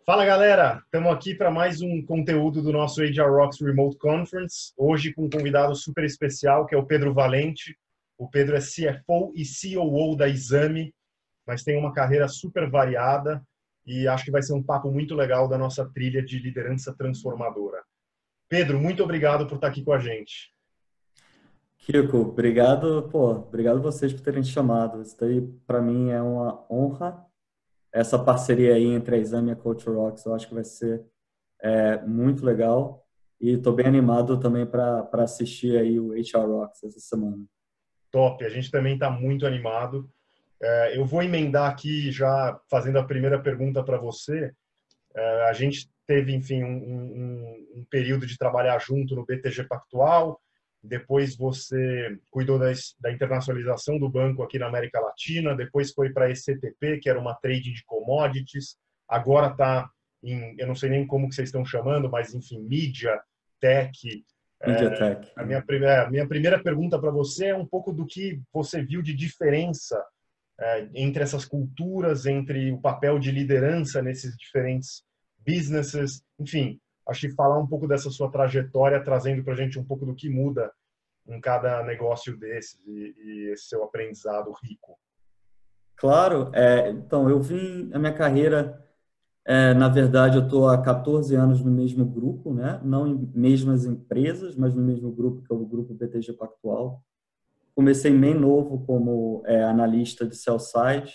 Fala galera, estamos aqui para mais um conteúdo do nosso HR Rocks Remote Conference, hoje com um convidado super especial que é o Pedro Valente. O Pedro é CFO e COO da Exame, mas tem uma carreira super variada e acho que vai ser um papo muito legal da nossa trilha de liderança transformadora. Pedro, muito obrigado por estar aqui com a gente. Kiko, obrigado, obrigado vocês por terem te chamado. Isso daí, para mim, é uma honra. Essa parceria aí entre a Exame e a Culture Rocks, eu acho que vai ser muito legal. E estou bem animado também para assistir aí o HR Rocks essa semana. Top, a gente também está muito animado. Eu vou emendar aqui já fazendo a primeira pergunta para você. A gente teve, enfim, um período de trabalhar junto no BTG Pactual. Depois você cuidou da internacionalização do banco aqui na América Latina. Depois foi para a ECTP, que era uma trade de commodities. Agora está em, eu não sei nem como que vocês estão chamando, mas enfim, mídia, tech. MediaTek. A minha primeira pergunta para você é um pouco do que você viu de diferença entre essas culturas, entre o papel de liderança nesses diferentes businesses, enfim, acho que falar um pouco dessa sua trajetória, trazendo para a gente um pouco do que muda em cada negócio desses e esse seu aprendizado rico. Claro, então, eu vim a minha carreira, na verdade, eu estou há 14 anos no mesmo grupo, né? Não em mesmas empresas, mas no mesmo grupo, que é o grupo BTG Pactual. Comecei bem novo como analista de sell side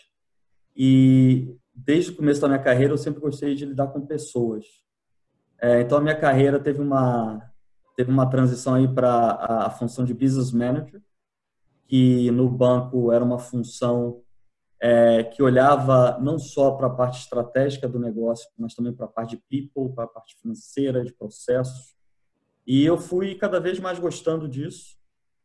e desde o começo da minha carreira eu sempre gostei de lidar com pessoas. Então a minha carreira teve uma transição aí para a função de business manager, que no banco era uma função que olhava não só para a parte estratégica do negócio, mas também para a parte de people, para a parte financeira, de processos. E eu fui cada vez mais gostando disso.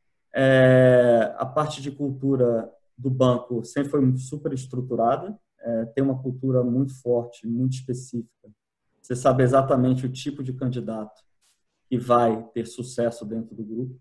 A parte de cultura do banco sempre foi super estruturada, tem uma cultura muito forte, muito específica. Você sabe exatamente o tipo de candidato que vai ter sucesso dentro do grupo.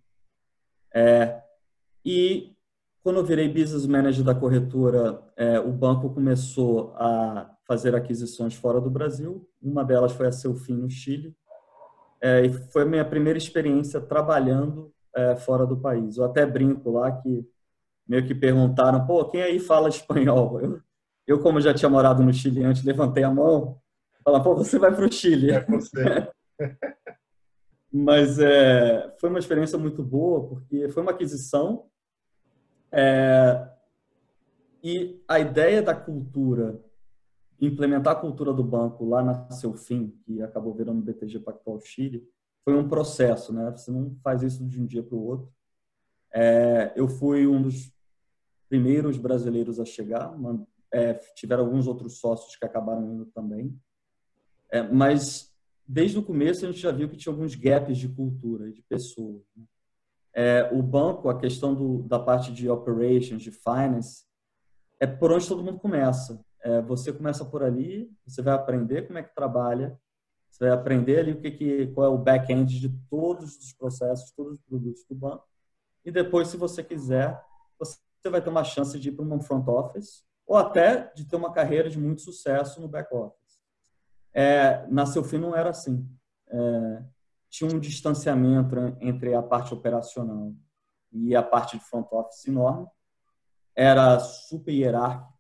E quando eu virei business manager da corretora, o banco começou a fazer aquisições fora do Brasil. Uma delas foi a Selfin no Chile. E foi a minha primeira experiência trabalhando fora do país. Eu até brinco lá que meio que perguntaram, pô, quem aí fala espanhol? Eu como já tinha morado no Chile antes, levantei a mão, falaram, pô, você vai para o Chile. É você. Mas foi uma experiência muito boa, porque foi uma aquisição e a ideia da cultura, implementar a cultura do banco lá na Selfin, que acabou virando BTG Pactual Chile, foi um processo, né? Você não faz isso de um dia para o outro. Eu fui um dos primeiros brasileiros a chegar, tiveram alguns outros sócios que acabaram indo também, mas desde o começo a gente já viu que tinha alguns gaps de cultura, de pessoas. Né? O banco, a questão da parte de operations, de finance, é por onde todo mundo começa. Você começa por ali, você vai aprender como é que trabalha, você vai aprender ali qual é o back-end de todos os processos, todos os produtos do banco, e depois, se você quiser, você vai ter uma chance de ir para um front office ou até de ter uma carreira de muito sucesso no back office. Na Selfie não era assim. Tinha um distanciamento entre a parte operacional e a parte de front office enorme. Era super hierárquico.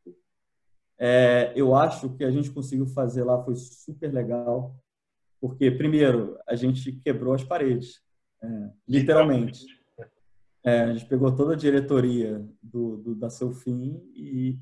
Eu acho que a gente conseguiu fazer lá foi super legal, porque, primeiro, a gente quebrou as paredes, literalmente. Literalmente. A gente pegou toda a diretoria da Selfin e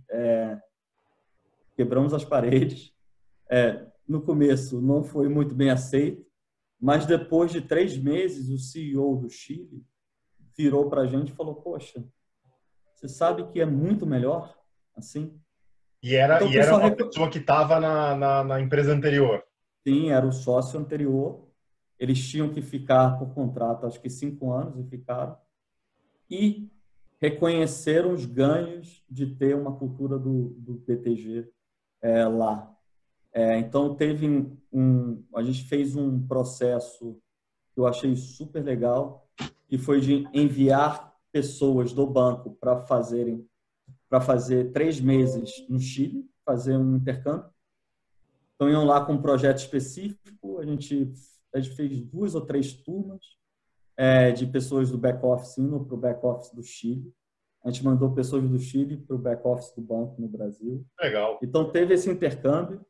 quebramos as paredes. No começo não foi muito bem aceito, mas depois de 3 meses, o CEO do Chile virou para a gente e falou, poxa, você sabe que é muito melhor assim? E era, Então o e era pessoal uma pessoa que estava na empresa anterior. sim, era o sócio anterior, eles tinham que ficar por contrato, acho que 5 anos, e ficaram. E reconheceram os ganhos de ter uma cultura do PTG lá. Então, a gente fez um processo que eu achei super legal, que foi de enviar pessoas do banco para fazer 3 meses no Chile, fazer um intercâmbio, Então, iam lá com um projeto específico, a gente fez 2 ou 3 turmas de pessoas do back-office indo para o back-office do Chile. A gente mandou pessoas do Chile para o back-office do banco no Brasil. Legal. Então, teve esse intercâmbio.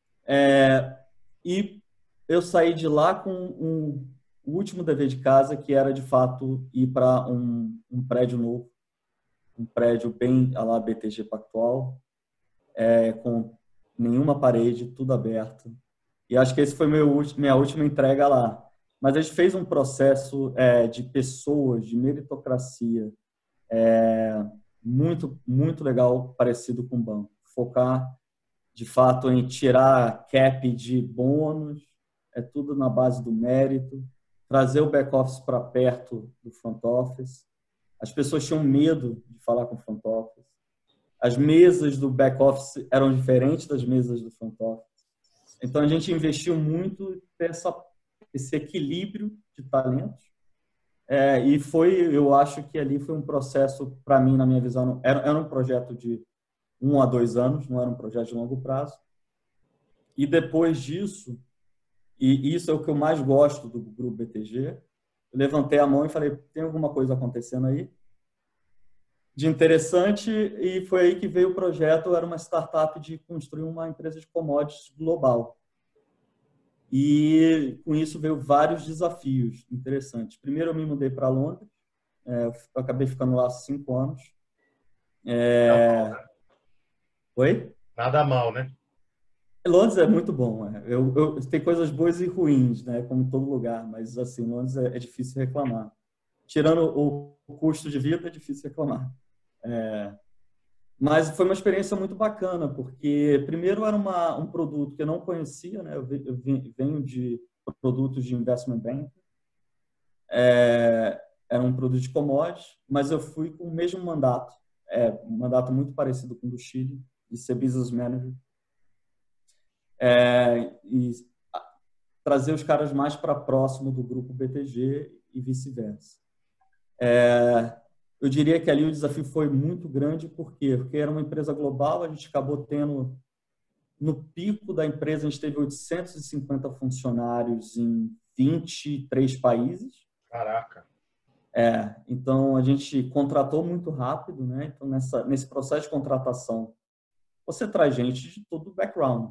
E eu saí de lá com o último dever de casa, que era, de fato, ir para um prédio novo, um prédio bem à la BTG Pactual, com nenhuma parede, tudo aberto. E acho que esse foi minha última entrega lá. Mas a gente fez um processo de pessoas, de meritocracia, muito, muito legal, parecido com o banco. Focar, de fato, em tirar cap de bônus, tudo na base do mérito, trazer o back-office para perto do front office. As pessoas tinham medo de falar com o front office. As mesas do back-office eram diferentes das mesas do front office. Então, a gente investiu muito em ter esse equilíbrio de talentos. E eu acho que ali foi um processo, para mim, na minha visão, era um projeto de 1 a 2 anos, não era um projeto de longo prazo. E depois disso, e isso é o que eu mais gosto do Grupo BTG, eu levantei a mão e falei, tem alguma coisa acontecendo aí de interessante, e foi aí que veio o projeto. Era uma startup de construir uma empresa de commodities global. E com isso veio vários desafios interessantes. Primeiro eu me mudei para Londres, eu acabei ficando lá 5 anos. Oi? Nada mal, né? Londres é muito bom. Tem coisas boas e ruins, né? Como em todo lugar, mas assim, Londres é difícil reclamar. Tirando o custo de vida, é difícil reclamar. Mas foi uma experiência muito bacana, porque primeiro era um produto que eu não conhecia, né? Eu venho de produtos de investment bank, era um produto de commodities, mas eu fui com o mesmo mandato, um mandato muito parecido com o do Chile, de ser business manager, e trazer os caras mais para próximo do grupo BTG e vice-versa. Eu diria que ali o desafio foi muito grande. Por quê? Porque era uma empresa global, a gente acabou tendo, no pico da empresa, a gente teve 850 funcionários em 23 países. Caraca. Então, a gente contratou muito rápido, né? Então, nesse processo de contratação, você traz gente de todo o background.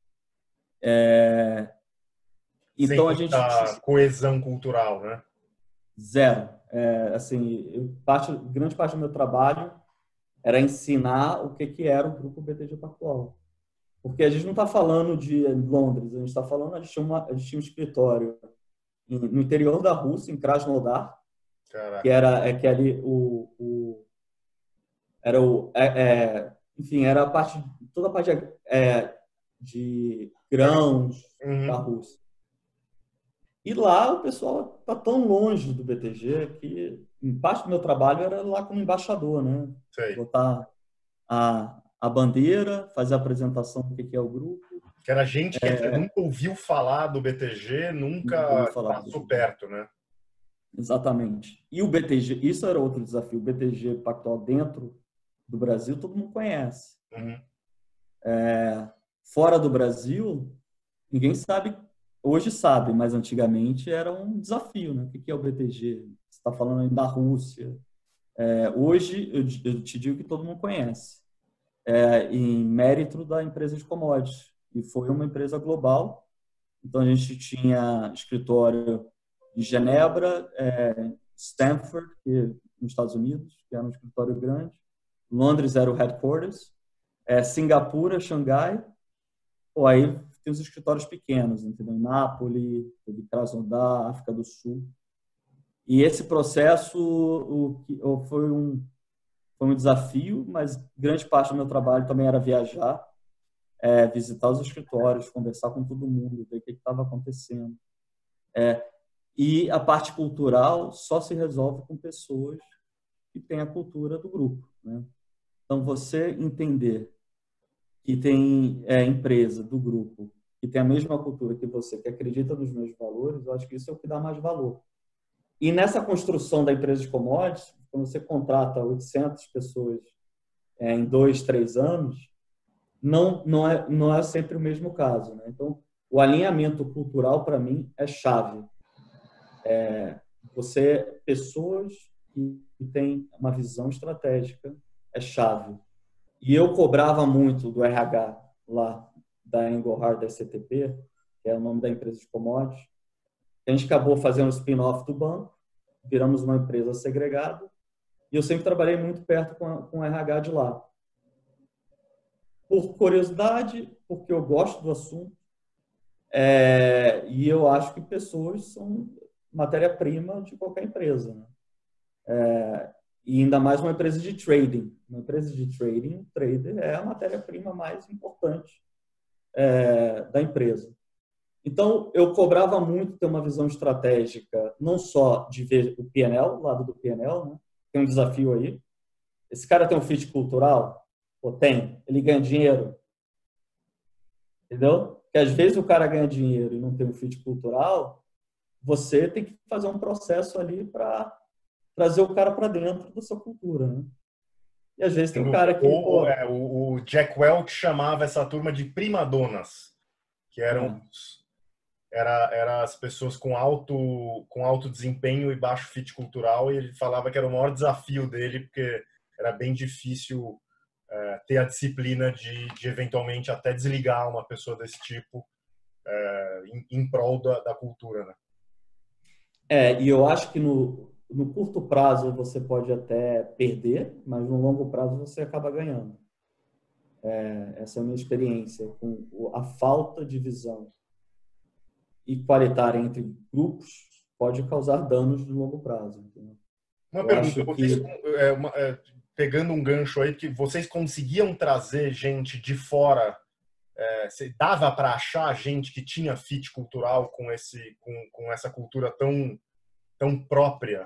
Então, a gente... coesão cultural, né? Zero. Assim, grande parte do meu trabalho era ensinar o que era o grupo BTG Pactual. Porque a gente não está falando de Londres, a gente está falando, a gente tinha um escritório no interior da Rússia, em Krasnodar, Caraca. que era que ali enfim, era toda a parte de grãos da Rússia. E lá o pessoal está tão longe do BTG que em parte do meu trabalho era lá como embaixador, né? Sei. Botar a bandeira, fazer a apresentação do que é o grupo. Que era gente que nunca ouviu falar do BTG, nunca passou perto, né? Exatamente. E o BTG, isso era outro desafio. O BTG Pactual dentro do Brasil, todo mundo conhece. Uhum. Fora do Brasil, ninguém sabe. Hoje sabe, mas antigamente era um desafio, né? O que é o BTG? Você está falando aí da Rússia. Hoje, eu te digo que todo mundo conhece. Em mérito da empresa de commodities. E foi uma empresa global. Então, a gente tinha escritório em Genebra, Stanford, nos Estados Unidos, que era um escritório grande. Londres era o headquarters. Singapura, Xangai. Aí tem os escritórios pequenos, entendeu? Nápoles, Krasnodar, África do Sul. E esse processo foi um desafio, mas grande parte do meu trabalho também era viajar, visitar os escritórios, conversar com todo mundo, ver o que estava acontecendo. E a parte cultural só se resolve com pessoas que têm a cultura do grupo, né? Então, você entender que tem empresa do grupo que tem a mesma cultura que você, que acredita nos meus valores, eu acho que isso é o que dá mais valor. E nessa construção da empresa de commodities, quando você contrata 800 pessoas em 2, 3 anos, não é sempre o mesmo caso, né? Então, o alinhamento cultural, para mim, é chave. Pessoas que têm uma visão estratégica é chave. E eu cobrava muito do RH lá da Engelhard da SCTP, que é o nome da empresa de commodities. A gente acabou fazendo o spin-off do banco, viramos uma empresa segregada, e eu sempre trabalhei muito perto com o RH de lá. Por curiosidade, porque eu gosto do assunto, e eu acho que pessoas são matéria-prima de qualquer empresa, né? E ainda mais uma empresa de trading. Uma empresa de trading, o trader é a matéria-prima mais importante da empresa. Então, eu cobrava muito ter uma visão estratégica, não só de ver o P&L, o lado do P&L, né? Tem um desafio aí. Esse cara tem um fit cultural? Ou tem? Ele ganha dinheiro? Entendeu? Porque às vezes o cara ganha dinheiro e não tem um fit cultural, você tem que fazer um processo ali para trazer o cara para dentro da sua cultura, né? E às vezes tem um cara que, pô... O Jack Welch chamava essa turma de primadonas, que era as pessoas com alto desempenho e baixo fit cultural, e ele falava que era o maior desafio dele, porque era bem difícil ter a disciplina de eventualmente até desligar uma pessoa desse tipo em prol da cultura, né? E eu acho que no curto prazo você pode até perder, mas no longo prazo você acaba ganhando. Essa é a minha experiência com a falta de visão igualitária entre grupos pode causar danos no longo prazo. Entendeu? Uma Eu pergunta, acho vocês, que pegando um gancho aí, que vocês conseguiam trazer gente de fora, dava para achar gente que tinha fit cultural com essa cultura tão própria?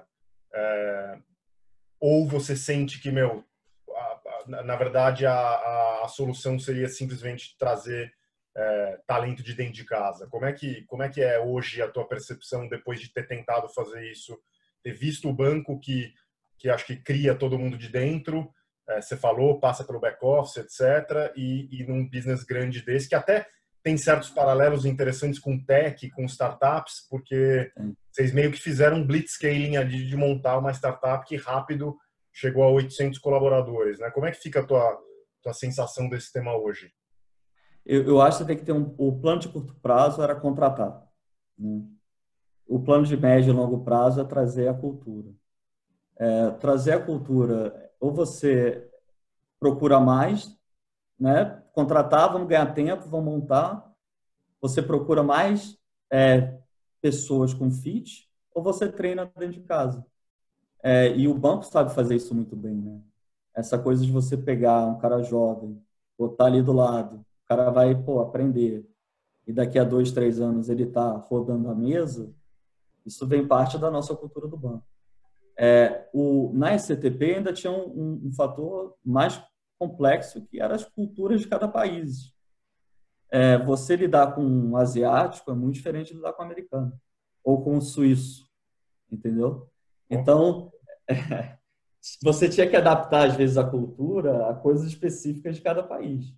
Ou você sente que, na verdade, a solução seria simplesmente trazer talento de dentro de casa? Como é que é hoje a tua percepção depois de ter tentado fazer isso, ter visto o banco que acho que cria todo mundo de dentro, você falou, passa pelo back-office, etc., e num business grande desse, que até tem certos paralelos interessantes com tech, com startups, porque vocês meio que fizeram um blitzscaling ali de montar uma startup que rápido chegou a 800 colaboradores, né? Como é que fica a tua sensação desse tema hoje? eu acho que tem que ter o plano de curto prazo era contratar, né? O plano de médio e longo prazo é trazer a cultura. Trazer a cultura, ou você procura mais, né? Contratar, vamos ganhar tempo, vamos montar. Você procura mais pessoas com fit, ou você treina dentro de casa. E o banco sabe fazer isso muito bem, né? Essa coisa de você pegar um cara jovem, botar ali do lado, o cara vai, pô, aprender, e daqui a 2, 3 anos ele está rodando a mesa, isso vem parte da nossa cultura do banco. Na SCTP ainda tinha um fator mais complexo, que eram as culturas de cada país. Você lidar com um asiático é muito diferente de lidar com um americano, ou com um suíço, entendeu? Então, você tinha que adaptar, às vezes, a cultura a coisas específicas de cada país.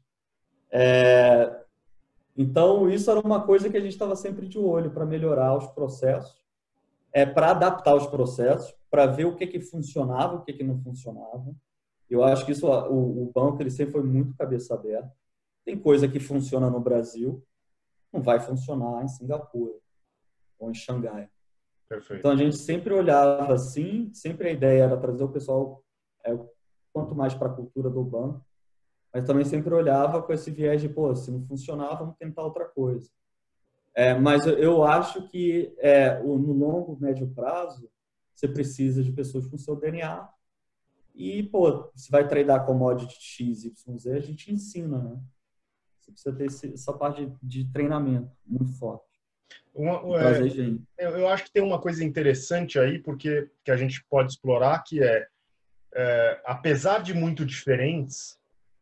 Então, isso era uma coisa que a gente estava sempre de olho para melhorar os processos, para adaptar os processos, para ver o que funcionava, o que não funcionava. Eu acho que isso, o banco ele sempre foi muito cabeça aberta. Tem coisa que funciona no Brasil, não vai funcionar em Singapura ou em Xangai. Perfeito. Então, a gente sempre olhava assim, sempre a ideia era trazer o pessoal quanto mais para a cultura do banco, mas também sempre olhava com esse viés de, pô, se não funcionar, vamos tentar outra coisa. Mas eu acho que no longo, médio prazo, você precisa de pessoas com seu DNA e, pô, você vai tradear commodity X, Y, Z, a gente ensina, né? Você precisa ter essa parte de treinamento muito forte. E trazer gente. Eu acho que tem uma coisa interessante aí, porque que a gente pode explorar, que apesar de muito diferentes,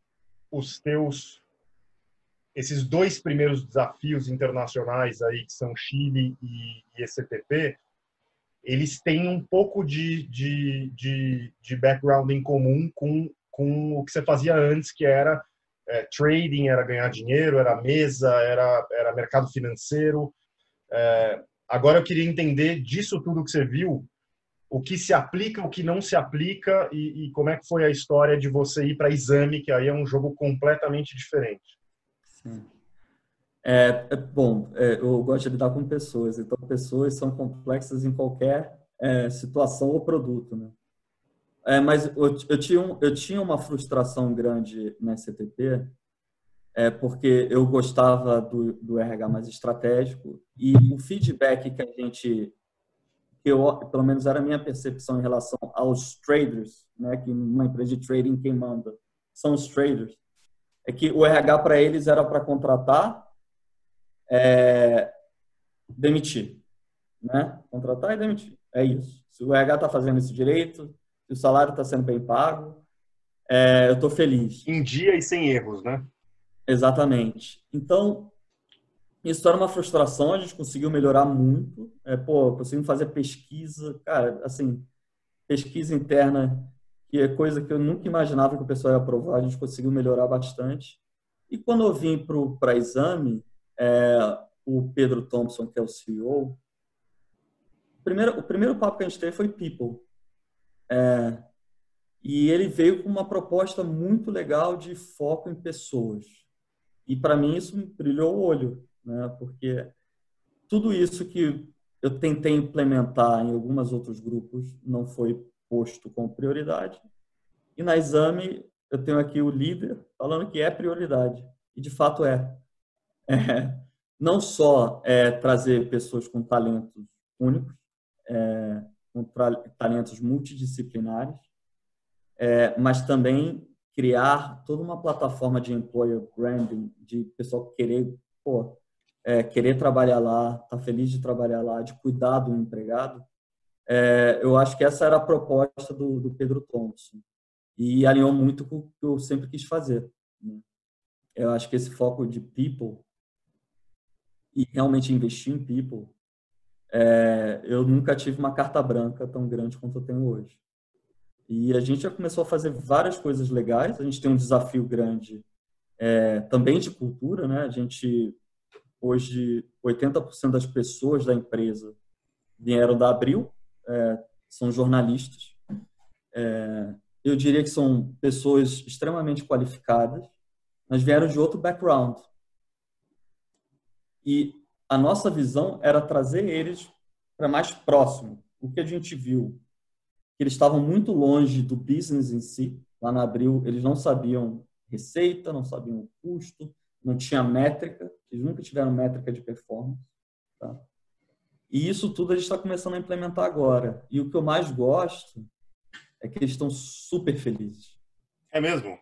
esses dois primeiros desafios internacionais aí, que são Chile e ECTP, eles têm um pouco de background em comum com o que você fazia antes, que era trading era ganhar dinheiro, era mesa, era mercado financeiro. Agora eu queria entender disso tudo que você viu, o que se aplica, o que não se aplica e como é que foi a história de você ir para Exame, que aí é um jogo completamente diferente. Sim. Bom, eu gosto de lidar com pessoas, então pessoas são complexas em qualquer situação ou produto, né? Mas eu tinha uma frustração grande na CTP, porque eu gostava do RH mais estratégico e o feedback que a gente, pelo menos era a minha percepção em relação aos traders, né, que numa empresa de trading quem manda são os traders, é que o RH para eles era para contratar, demitir, né? Contratar e demitir, é isso. Se o RH está fazendo isso direito, se o salário está sendo bem pago, eu estou feliz. Em dia e sem erros, né? Exatamente. Então, isso era uma frustração, a gente conseguiu melhorar muito. Conseguimos fazer pesquisa, cara, assim, pesquisa interna, que é coisa que eu nunca imaginava que o pessoal ia aprovar, a gente conseguiu melhorar bastante. E quando eu vim para Exame, o Pedro Thompson, que é o CEO, o primeiro papo que a gente teve foi People. E ele veio com uma proposta muito legal de foco em pessoas. E para mim isso me brilhou o olho, né? Porque tudo isso que eu tentei implementar em alguns outros grupos não foi posto como prioridade. E na Exame eu tenho aqui o líder falando que é prioridade. E de fato é. Não só trazer pessoas com talentos únicos, com talentos multidisciplinares, mas também criar toda uma plataforma de employer branding, de pessoal querer, querer trabalhar lá, estar feliz de trabalhar lá, de cuidar do empregado. Eu acho que essa era a proposta do Pedro Thompson e alinhou muito com o que eu sempre quis fazer, né? Eu acho que esse foco de people e realmente investir em people, eu nunca tive uma carta branca tão grande quanto eu tenho hoje. E a gente já começou a fazer várias coisas legais. A gente tem um desafio grande também de cultura, né? A gente, hoje, 80% das pessoas da empresa vieram da Abril, são jornalistas. Eu diria que são pessoas extremamente qualificadas, mas vieram de outro background. E a nossa visão era trazer eles para mais próximo. O que a gente viu, que eles estavam muito longe do business em si. Lá na Abril, eles não sabiam receita, não sabiam o custo, não tinha métrica, eles nunca tiveram métrica de performance. Tá? E isso tudo a gente está começando a implementar agora. E o que eu mais gosto é que eles estão super felizes. É mesmo?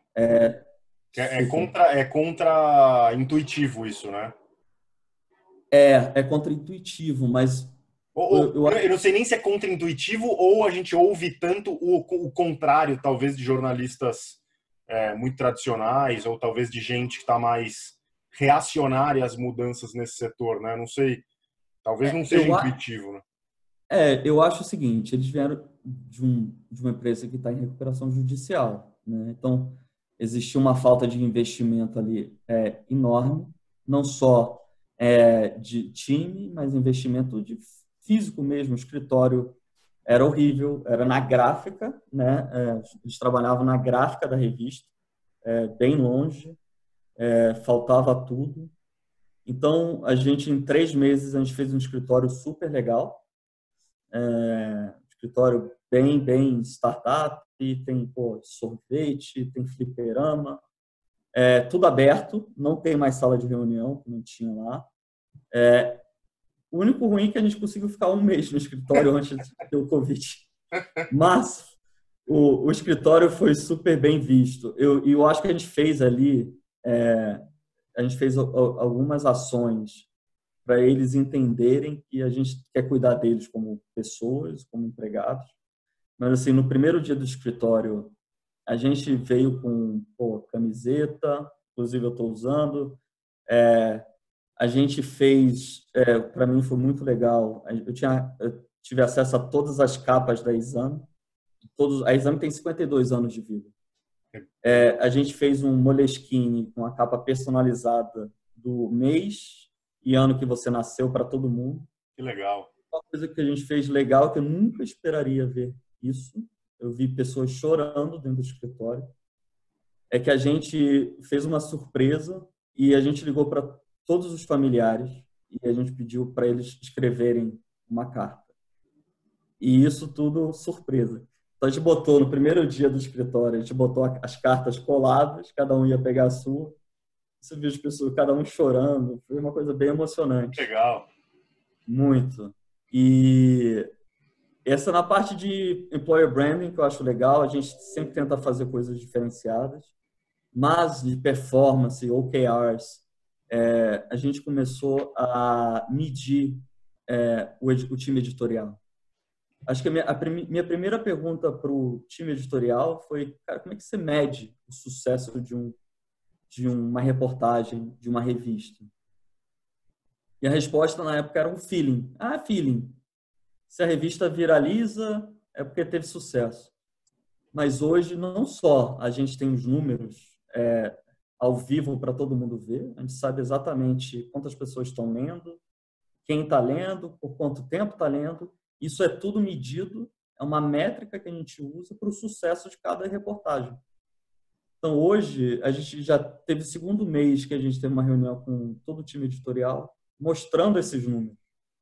É contra-intuitivo isso, né? É contra-intuitivo, mas eu não sei nem se é contra-intuitivo ou a gente ouve tanto o contrário, talvez, de jornalistas muito tradicionais ou talvez de gente que está mais reacionária às mudanças nesse setor, né? Não sei, talvez não seja intuitivo, né? Eu acho o seguinte, eles vieram de uma empresa que está em recuperação judicial, né? Então, existiu uma falta de investimento ali enorme, não só de time, mas investimento de físico mesmo. O escritório era horrível, era na gráfica, né? Eles trabalhavam na gráfica da revista, bem longe, faltava tudo. Então, a gente, em 3 meses, a gente fez um escritório super legal, escritório bem startup, tem sorvete, tem fliperama, tudo aberto, não tem mais sala de reunião, que não tinha lá. O único ruim é que a gente conseguiu ficar 1 mês no escritório antes de ter o Covid. Mas o escritório foi super bem visto. Eu acho que a gente fez ali, a gente fez algumas ações para eles entenderem que a gente quer cuidar deles como pessoas, como empregados. Mas, assim, no primeiro dia do escritório, a gente veio com camiseta, inclusive eu estou usando. A gente fez, para mim foi muito legal, eu tive acesso a todas as capas da Exame. A Exame tem 52 anos de vida. A gente fez um Moleskine com a capa personalizada do mês e ano que você nasceu para todo mundo. Que legal. Uma coisa que a gente fez legal, que eu nunca esperaria ver isso, eu vi pessoas chorando dentro do escritório, é que a gente fez uma surpresa e a gente ligou para todos os familiares e a gente pediu para eles escreverem uma carta. E isso tudo surpresa. Então a gente botou no primeiro dia do escritório, a gente botou as cartas coladas, cada um ia pegar a sua. Você viu as pessoas, cada um chorando, foi uma coisa bem emocionante. Legal. Muito. E essa na parte de employer branding, que eu acho legal, a gente sempre tenta fazer coisas diferenciadas, mas de performance, OKRs, a gente começou a medir o time editorial. Acho que minha primeira pergunta para o time editorial foi, cara, como é que você mede o sucesso de uma reportagem, de uma revista? E a resposta na época era um feeling. Ah, feeling. Se a revista viraliza, é porque teve sucesso. Mas hoje, não só a gente tem os números ao vivo para todo mundo ver, a gente sabe exatamente quantas pessoas estão lendo, quem está lendo, por quanto tempo está lendo. Isso é tudo medido, é uma métrica que a gente usa para o sucesso de cada reportagem. Então, hoje, a gente já teve o segundo mês que a gente teve uma reunião com todo o time editorial, mostrando esses números.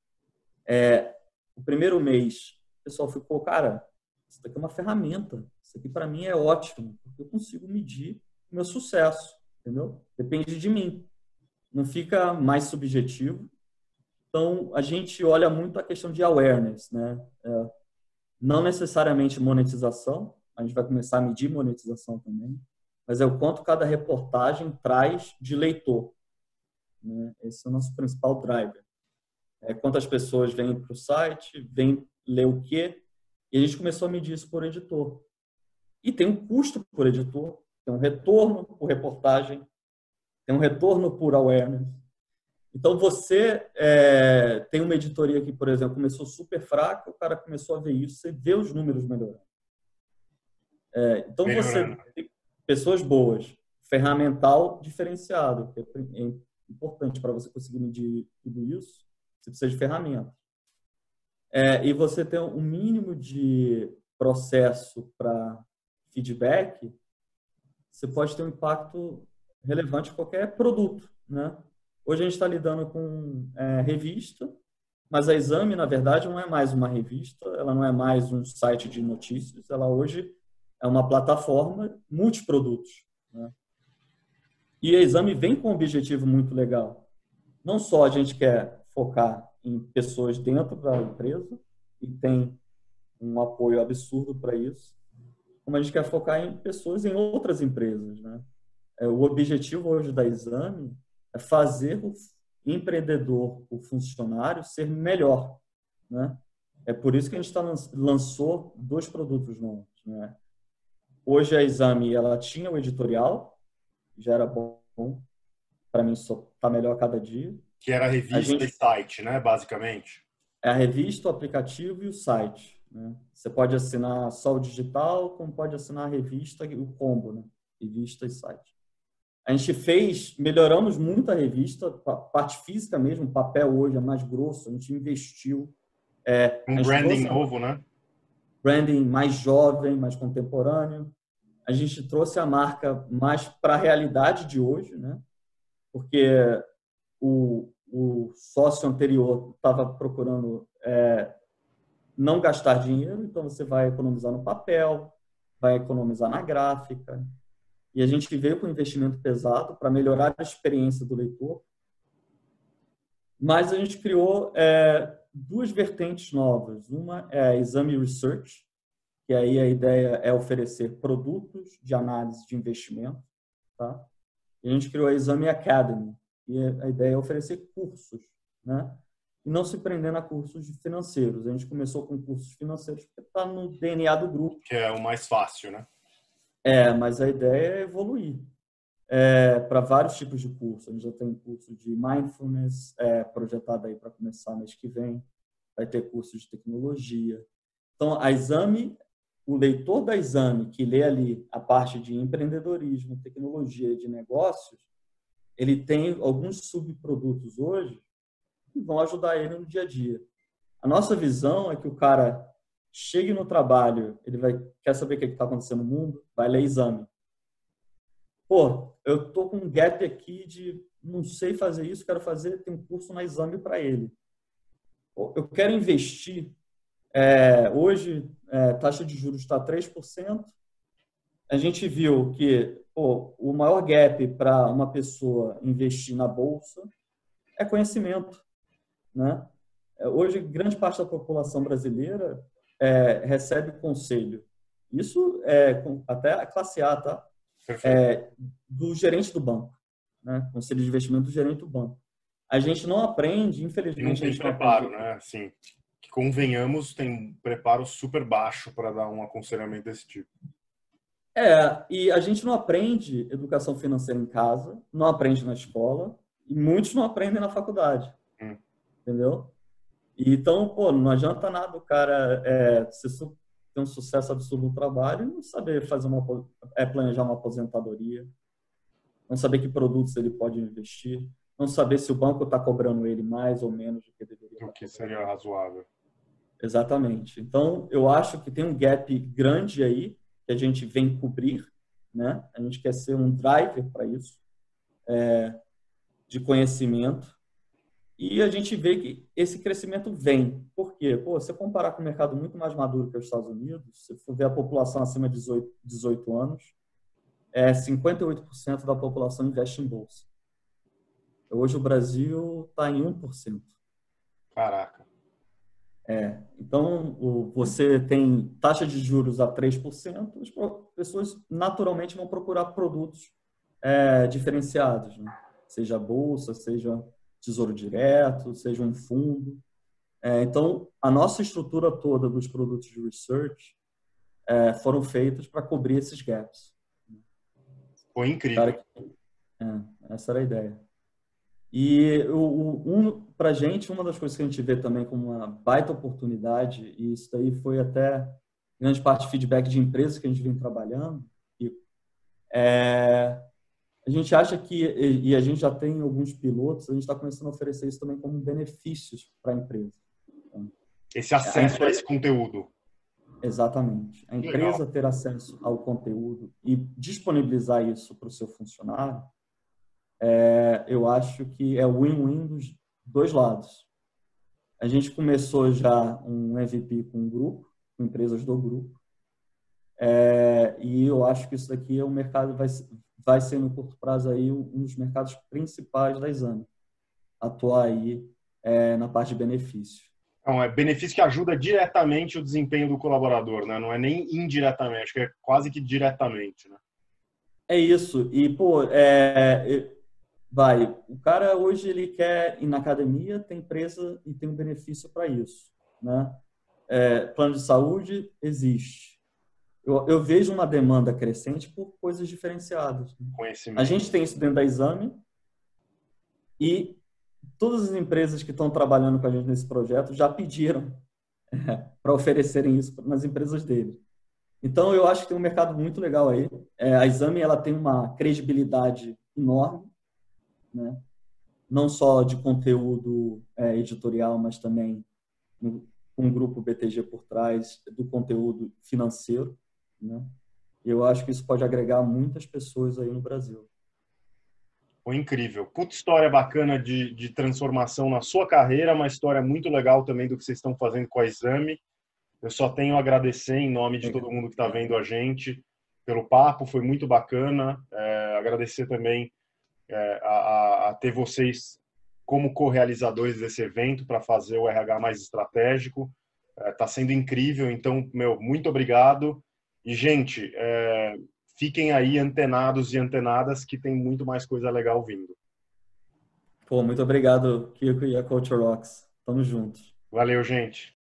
O primeiro mês, o pessoal ficou, cara, isso daqui é uma ferramenta. Isso aqui, para mim, é ótimo, porque eu consigo medir o meu sucesso, entendeu? Depende de mim. Não fica mais subjetivo. Então, a gente olha muito a questão de awareness, né? Não necessariamente monetização, a gente vai começar a medir monetização também, mas é o quanto cada reportagem traz de leitor, né? Esse é o nosso principal driver. Quantas pessoas vêm para o site, vêm ler o quê, e a gente começou a medir isso por editor. E tem um custo por editor, tem um retorno por reportagem, tem um retorno por awareness. Então, você tem uma editoria que, por exemplo, começou super fraca, o cara começou a ver isso, você vê os números melhorando. Então, você tem pessoas boas, ferramental diferenciado, que é importante para você conseguir medir tudo isso, você precisa de ferramenta. E você tem um mínimo de processo para feedback, você pode ter um impacto relevante em qualquer produto, né? Hoje a gente está lidando com revista, mas a Exame, na verdade, não é mais uma revista, ela não é mais um site de notícias, ela hoje é uma plataforma multiprodutos, né? E a Exame vem com um objetivo muito legal. Não só a gente quer focar em pessoas dentro da empresa, e tem um apoio absurdo para isso, como a gente quer focar em pessoas em outras empresas, né? O objetivo hoje da Exame é fazer o empreendedor, o funcionário, ser melhor, né? É por isso que a gente lançou 2 produtos novos, né? Hoje a Exame, ela tinha o editorial, já era bom, para mim só está melhor a cada dia. Que era a revista e site, né, basicamente? É a revista, o aplicativo e o site, né? Você pode assinar só o digital, como pode assinar a revista e o combo, né? Revista e site. A gente melhoramos muito a revista, a parte física mesmo, o papel hoje é mais grosso, a gente investiu. Um branding novo, né? Branding mais jovem, mais contemporâneo. A gente trouxe a marca mais para a realidade de hoje, né? Porque o sócio anterior estava procurando não gastar dinheiro, então você vai economizar no papel, vai economizar na gráfica. E a gente veio com um investimento pesado para melhorar a experiência do leitor. Mas a gente criou 2 vertentes novas. Uma é a Exame Research, que aí a ideia é oferecer produtos de análise de investimento, tá? E a gente criou a Exame Academy, e a ideia é oferecer cursos, né? E não se prender a cursos financeiros. A gente começou com cursos financeiros porque está no DNA do grupo. Que é o mais fácil, né? Mas a ideia é evoluir para vários tipos de curso. A gente já tem curso de mindfulness projetado aí para começar mês que vem. Vai ter curso de tecnologia. Então, a Exame, o leitor da Exame, que lê ali a parte de empreendedorismo, tecnologia e de negócios, ele tem alguns subprodutos hoje que vão ajudar ele no dia a dia. A nossa visão é que o cara chegue no trabalho, ele quer saber o que está acontecendo no mundo, vai ler Exame. Pô, eu tô com um gap aqui de não sei fazer isso, quero fazer, tem um curso na Exame para ele. Pô, eu quero investir. Hoje, taxa de juros está 3%. A gente viu que o maior gap para uma pessoa investir na Bolsa é conhecimento, né? Hoje, grande parte da população brasileira recebe conselho. Isso até a classe A, tá? Do gerente do banco, né? Conselho de investimento do gerente do banco. A gente não aprende, infelizmente. E não tem preparo, né? Assim, que convenhamos, tem um preparo super baixo para dar um aconselhamento desse tipo. E a gente não aprende educação financeira em casa, não aprende na escola, e muitos não aprendem na faculdade. Entendeu? Então, pô, não adianta nada o cara ter um sucesso absoluto no trabalho e não saber planejar uma aposentadoria, não saber que produtos ele pode investir, não saber se o banco está cobrando ele mais ou menos do que deveria. O que seria razoável. Exatamente. Então, eu acho que tem um gap grande aí que a gente vem cobrir, né? A gente quer ser um driver para isso, de conhecimento. E a gente vê que esse crescimento vem. Por quê? Pô, se você comparar com um mercado muito mais maduro que os Estados Unidos, se for ver a população acima de 18 anos, 58% da população investe em bolsa. Hoje o Brasil está em 1%. Caraca. Então, você tem taxa de juros a 3%, as pessoas naturalmente vão procurar produtos diferenciados, né? Seja bolsa, seja tesouro direto, seja um fundo. Então, a nossa estrutura toda dos produtos de research foram feitos para cobrir esses gaps. Foi incrível. Essa era a ideia. E para a gente, uma das coisas que a gente vê também como uma baita oportunidade, e isso daí foi até grande parte de feedback de empresas que a gente vem trabalhando, a gente acha que, e a gente já tem alguns pilotos, a gente está começando a oferecer isso também como benefícios para a empresa. Esse acesso a esse conteúdo. Exatamente. A empresa ter acesso ao conteúdo e disponibilizar isso para o seu funcionário, eu acho que é win-win dos dois lados. A gente começou já um MVP com um grupo, com empresas do grupo, e eu acho que isso daqui é um mercado, vai ser no curto prazo aí um dos mercados principais da Exame, atuar aí na parte de benefício. Então, é benefício que ajuda diretamente o desempenho do colaborador, né? Não é nem indiretamente, acho que é quase que diretamente, né? É isso. E, pô, o cara hoje ele quer ir na academia, tem empresa e tem um benefício para isso, né? Plano de saúde existe. Eu vejo uma demanda crescente por coisas diferenciadas. Conhecimento. A gente tem isso dentro da Exame e todas as empresas que estão trabalhando com a gente nesse projeto já pediram para oferecerem isso nas empresas deles. Então, eu acho que tem um mercado muito legal aí. A Exame ela tem uma credibilidade enorme, né? Não só de conteúdo editorial, mas também com um grupo BTG por trás do conteúdo financeiro, né? Eu acho que isso pode agregar muitas pessoas aí no Brasil. Foi incrível. Puta história bacana de transformação na sua carreira, uma história muito legal também do que vocês estão fazendo com a Exame. Eu só tenho a agradecer em nome de todo mundo que está vendo a gente pelo papo, foi muito bacana. Agradecer também a ter vocês como co-realizadores desse evento para fazer o RH mais estratégico. Está sendo incrível, então, muito obrigado. E, gente, fiquem aí antenados e antenadas que tem muito mais coisa legal vindo. Pô, muito obrigado, Kiko e a Culture Rocks. Tamo junto. Valeu, gente.